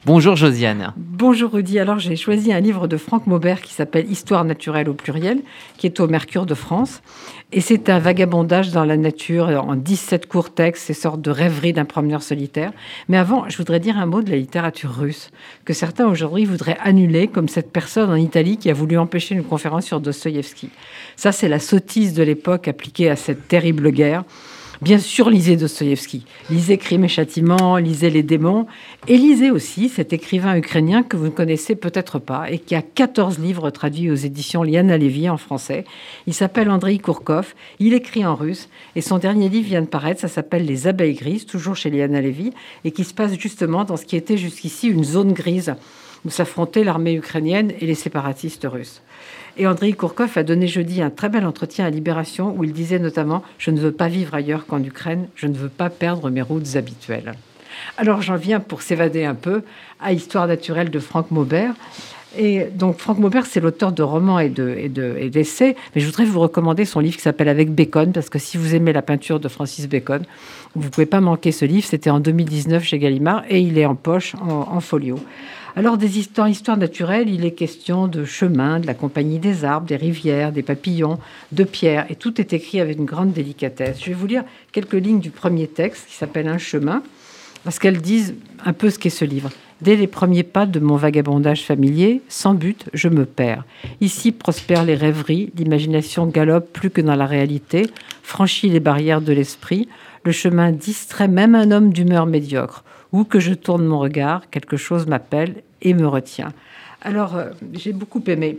Bonjour Josiane. Bonjour Rudy, alors j'ai choisi un livre de Franck Maubert qui s'appelle Histoire naturelle au pluriel, qui est au Mercure de France. Et c'est un vagabondage dans la nature en 17 courts textes, ces sortes de rêveries d'un promeneur solitaire. Mais avant, je voudrais dire un mot de la littérature russe, que certains aujourd'hui voudraient annuler, comme cette personne en Italie qui a voulu empêcher une conférence sur Dostoïevski. Ça, c'est la sottise de l'époque appliquée à cette terrible guerre. Bien sûr, lisez Dostoïevski, lisez Crime et Châtiment, lisez Les démons, et lisez aussi cet écrivain ukrainien que vous ne connaissez peut-être pas et qui a 14 livres traduits aux éditions Liana Levy en français. Il s'appelle Andrei Kourkov, il écrit en russe, et son dernier livre vient de paraître, ça s'appelle Les abeilles grises, toujours chez Liana Levy, et qui se passe justement dans ce qui était jusqu'ici une zone grise où s'affrontait l'armée ukrainienne et les séparatistes russes. Et Andrei Kourkov a donné jeudi un très bel entretien à Libération où il disait notamment « Je ne veux pas vivre ailleurs qu'en Ukraine, je ne veux pas perdre mes routes habituelles ». Alors j'en viens pour s'évader un peu à Histoire naturelle de Franck Maubert. Et donc Franck Maubert, c'est l'auteur de romans et d'essais, mais je voudrais vous recommander son livre qui s'appelle Avec Bacon, parce que si vous aimez la peinture de Francis Bacon, vous ne pouvez pas manquer ce livre. C'était en 2019 chez Gallimard et il est en poche, en folio. Alors, dans l'histoire naturelle, il est question de chemins, de la compagnie des arbres, des rivières, des papillons, de pierres, et tout est écrit avec une grande délicatesse. Je vais vous lire quelques lignes du premier texte qui s'appelle Un chemin, parce qu'elles disent un peu ce qu'est ce livre. Dès les premiers pas de mon vagabondage familier, sans but, je me perds. Ici prospèrent les rêveries, l'imagination galope plus que dans la réalité, franchit les barrières de l'esprit, le chemin distrait même un homme d'humeur médiocre. Où que je tourne mon regard, quelque chose m'appelle et me retient. Alors, j'ai beaucoup aimé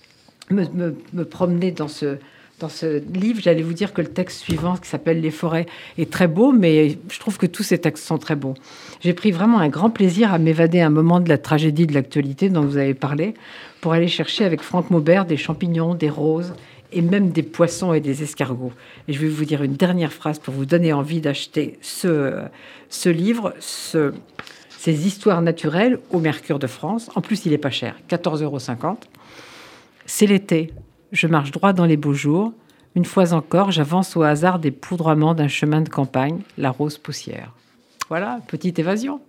me promener dans ce livre. J'allais vous dire que le texte suivant, qui s'appelle Les forêts, est très beau, mais je trouve que tous ces textes sont très beaux. J'ai pris vraiment un grand plaisir à m'évader un moment de la tragédie de l'actualité dont vous avez parlé, pour aller chercher avec Franck Maubert des champignons, des roses, et même des poissons et des escargots. Et je vais vous dire une dernière phrase pour vous donner envie d'acheter ce livre, ces histoires naturelles au Mercure de France. En plus, il n'est pas cher, 14,50 €. C'est l'été, je marche droit dans les beaux jours. Une fois encore, j'avance au hasard des poudroiements d'un chemin de campagne, la rose poussière. Voilà, petite évasion.